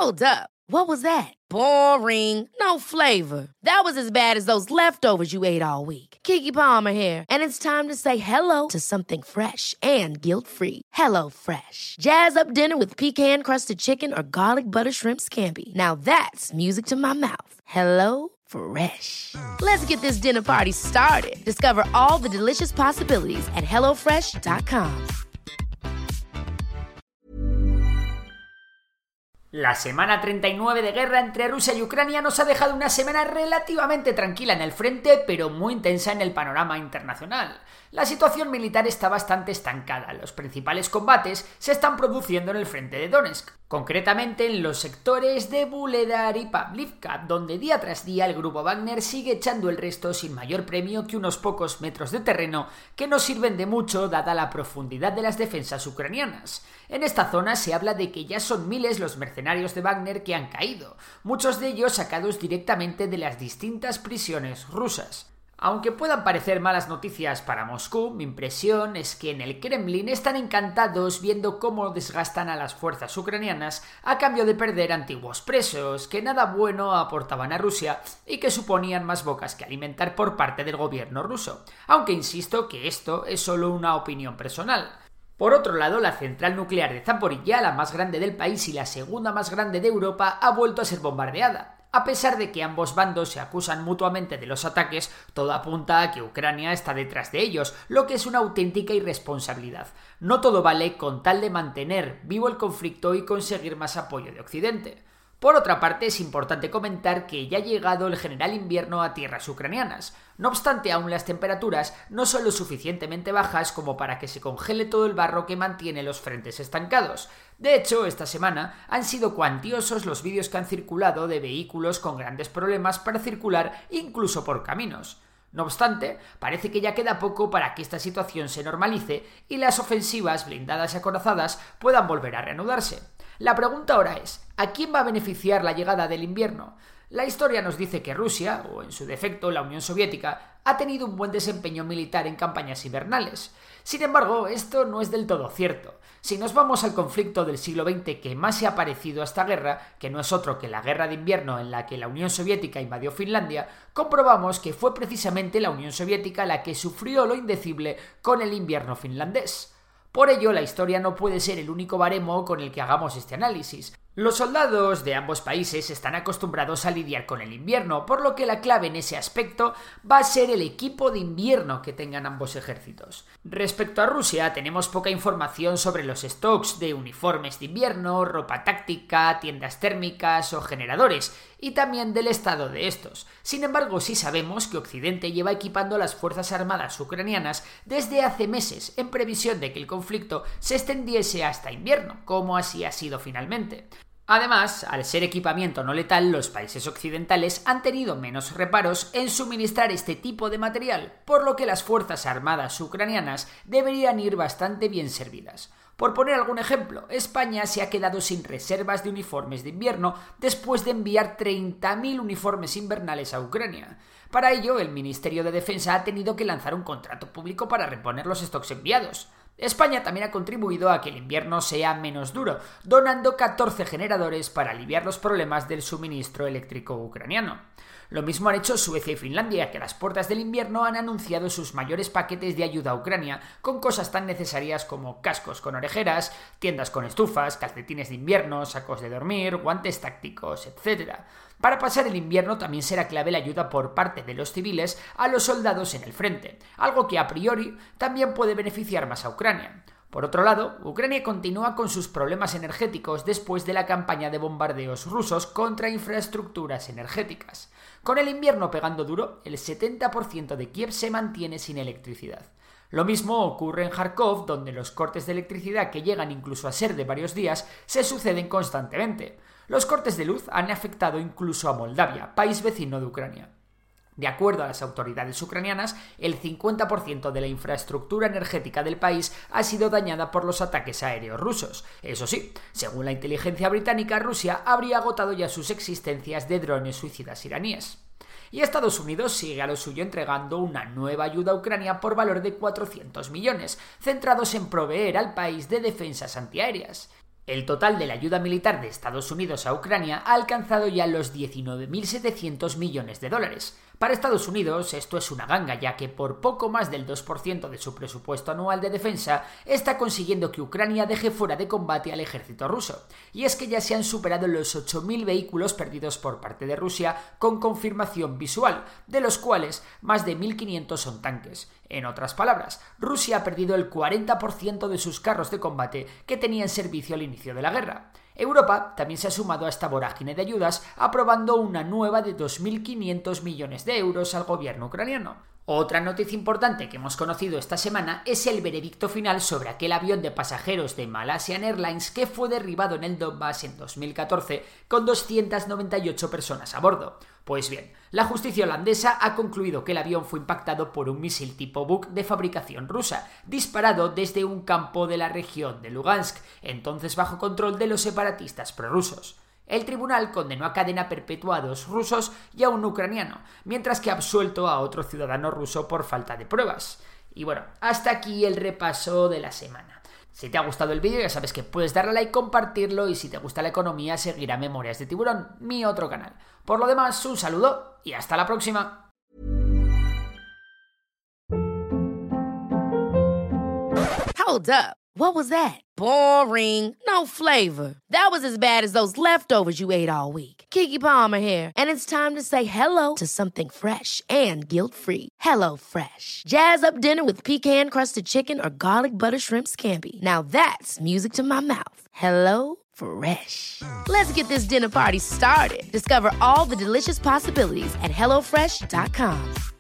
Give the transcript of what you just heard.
Hold up. What was that? Boring. No flavor. That was as bad as those leftovers you ate all week. Keke Palmer here, and it's time to say hello to something fresh and guilt-free. Hello Fresh. Jazz up dinner with pecan-crusted chicken or garlic butter shrimp scampi. Now that's music to my mouth. Hello Fresh. Let's get this dinner party started. Discover all the delicious possibilities at hellofresh.com. La semana 39 de guerra entre Rusia y Ucrania nos ha dejado una semana relativamente tranquila en el frente, pero muy intensa en el panorama internacional. La situación militar está bastante estancada. Los principales combates se están produciendo en el frente de Donetsk, concretamente en los sectores de Vuhledar y Pavlivka, donde día tras día el grupo Wagner sigue echando el resto sin mayor premio que unos pocos metros de terreno que no sirven de mucho dada la profundidad de las defensas ucranianas. En esta zona se habla de que ya son miles los mercenarios de Wagner que han caído, muchos de ellos sacados directamente de las distintas prisiones rusas. Aunque puedan parecer malas noticias para Moscú, mi impresión es que en el Kremlin están encantados viendo cómo desgastan a las fuerzas ucranianas a cambio de perder antiguos presos, que nada bueno aportaban a Rusia y que suponían más bocas que alimentar por parte del gobierno ruso, aunque insisto que esto es solo una opinión personal. Por otro lado, la central nuclear de Zaporizhia, la más grande del país y la segunda más grande de Europa, ha vuelto a ser bombardeada. A pesar de que ambos bandos se acusan mutuamente de los ataques, todo apunta a que Ucrania está detrás de ellos, lo que es una auténtica irresponsabilidad. No todo vale con tal de mantener vivo el conflicto y conseguir más apoyo de Occidente. Por otra parte, es importante comentar que ya ha llegado el general invierno a tierras ucranianas. No obstante, aún las temperaturas no son lo suficientemente bajas como para que se congele todo el barro que mantiene los frentes estancados. De hecho, esta semana han sido cuantiosos los vídeos que han circulado de vehículos con grandes problemas para circular incluso por caminos. No obstante, parece que ya queda poco para que esta situación se normalice y las ofensivas blindadas y acorazadas puedan volver a reanudarse. La pregunta ahora es, ¿a quién va a beneficiar la llegada del invierno? La historia nos dice que Rusia, o en su defecto la Unión Soviética, ha tenido un buen desempeño militar en campañas invernales. Sin embargo, esto no es del todo cierto. Si nos vamos al conflicto del siglo XX que más se ha parecido a esta guerra, que no es otro que la guerra de invierno en la que la Unión Soviética invadió Finlandia, comprobamos que fue precisamente la Unión Soviética la que sufrió lo indecible con el invierno finlandés. Por ello, la historia no puede ser el único baremo con el que hagamos este análisis. Los soldados de ambos países están acostumbrados a lidiar con el invierno, por lo que la clave en ese aspecto va a ser el equipo de invierno que tengan ambos ejércitos. Respecto a Rusia, tenemos poca información sobre los stocks de uniformes de invierno, ropa táctica, tiendas térmicas o generadores, y también del estado de estos. Sin embargo, sí sabemos que Occidente lleva equipando a las fuerzas armadas ucranianas desde hace meses, en previsión de que el conflicto se extendiese hasta invierno, como así ha sido finalmente. Además, al ser equipamiento no letal, los países occidentales han tenido menos reparos en suministrar este tipo de material, por lo que las fuerzas armadas ucranianas deberían ir bastante bien servidas. Por poner algún ejemplo, España se ha quedado sin reservas de uniformes de invierno después de enviar 30.000 uniformes invernales a Ucrania. Para ello, el Ministerio de Defensa ha tenido que lanzar un contrato público para reponer los stocks enviados. España también ha contribuido a que el invierno sea menos duro, donando 14 generadores para aliviar los problemas del suministro eléctrico ucraniano. Lo mismo han hecho Suecia y Finlandia, que a las puertas del invierno han anunciado sus mayores paquetes de ayuda a Ucrania, con cosas tan necesarias como cascos con orejeras, tiendas con estufas, calcetines de invierno, sacos de dormir, guantes tácticos, etc. Para pasar el invierno también será clave la ayuda por parte de los civiles a los soldados en el frente, algo que a priori también puede beneficiar más a Ucrania. Por otro lado, Ucrania continúa con sus problemas energéticos después de la campaña de bombardeos rusos contra infraestructuras energéticas. Con el invierno pegando duro, el 70% de Kiev se mantiene sin electricidad. Lo mismo ocurre en Kharkov, donde los cortes de electricidad que llegan incluso a ser de varios días se suceden constantemente. Los cortes de luz han afectado incluso a Moldavia, país vecino de Ucrania. De acuerdo a las autoridades ucranianas, el 50% de la infraestructura energética del país ha sido dañada por los ataques aéreos rusos. Eso sí, según la inteligencia británica, Rusia habría agotado ya sus existencias de drones suicidas iraníes. Y Estados Unidos sigue a lo suyo entregando una nueva ayuda a Ucrania por valor de 400 millones, centrados en proveer al país de defensas antiaéreas. El total de la ayuda militar de Estados Unidos a Ucrania ha alcanzado ya los 19.700 millones de dólares. Para Estados Unidos esto es una ganga, ya que por poco más del 2% de su presupuesto anual de defensa está consiguiendo que Ucrania deje fuera de combate al ejército ruso. Y es que ya se han superado los 8.000 vehículos perdidos por parte de Rusia con confirmación visual, de los cuales más de 1.500 son tanques. En otras palabras, Rusia ha perdido el 40% de sus carros de combate que tenían servicio al inicio de la guerra. Europa también se ha sumado a esta vorágine de ayudas, aprobando una nueva de 2.500 millones de euros al gobierno ucraniano. Otra noticia importante que hemos conocido esta semana es el veredicto final sobre aquel avión de pasajeros de Malaysian Airlines que fue derribado en el Donbass en 2014 con 298 personas a bordo. Pues bien, la justicia holandesa ha concluido que el avión fue impactado por un misil tipo Buk de fabricación rusa, disparado desde un campo de la región de Lugansk, entonces bajo control de los separatistas prorrusos. El tribunal condenó a cadena perpetua a 2 rusos y a un ucraniano, mientras que ha absuelto a otro ciudadano ruso por falta de pruebas. Y bueno, hasta aquí el repaso de la semana. Si te ha gustado el vídeo ya sabes que puedes darle a like, compartirlo y si te gusta la economía seguir a Memorias de Tiburón, mi otro canal. Por lo demás, un saludo y hasta la próxima. Hold up. What was that? Boring. No flavor. That was as bad as those leftovers you ate all week. Keke Palmer here, and it's time to say hello to something fresh and guilt-free. Hello Fresh. Jazz up dinner with pecan-crusted chicken or garlic butter shrimp scampi. Now that's music to my mouth. Hello Fresh. Let's get this dinner party started. Discover all the delicious possibilities at HelloFresh.com.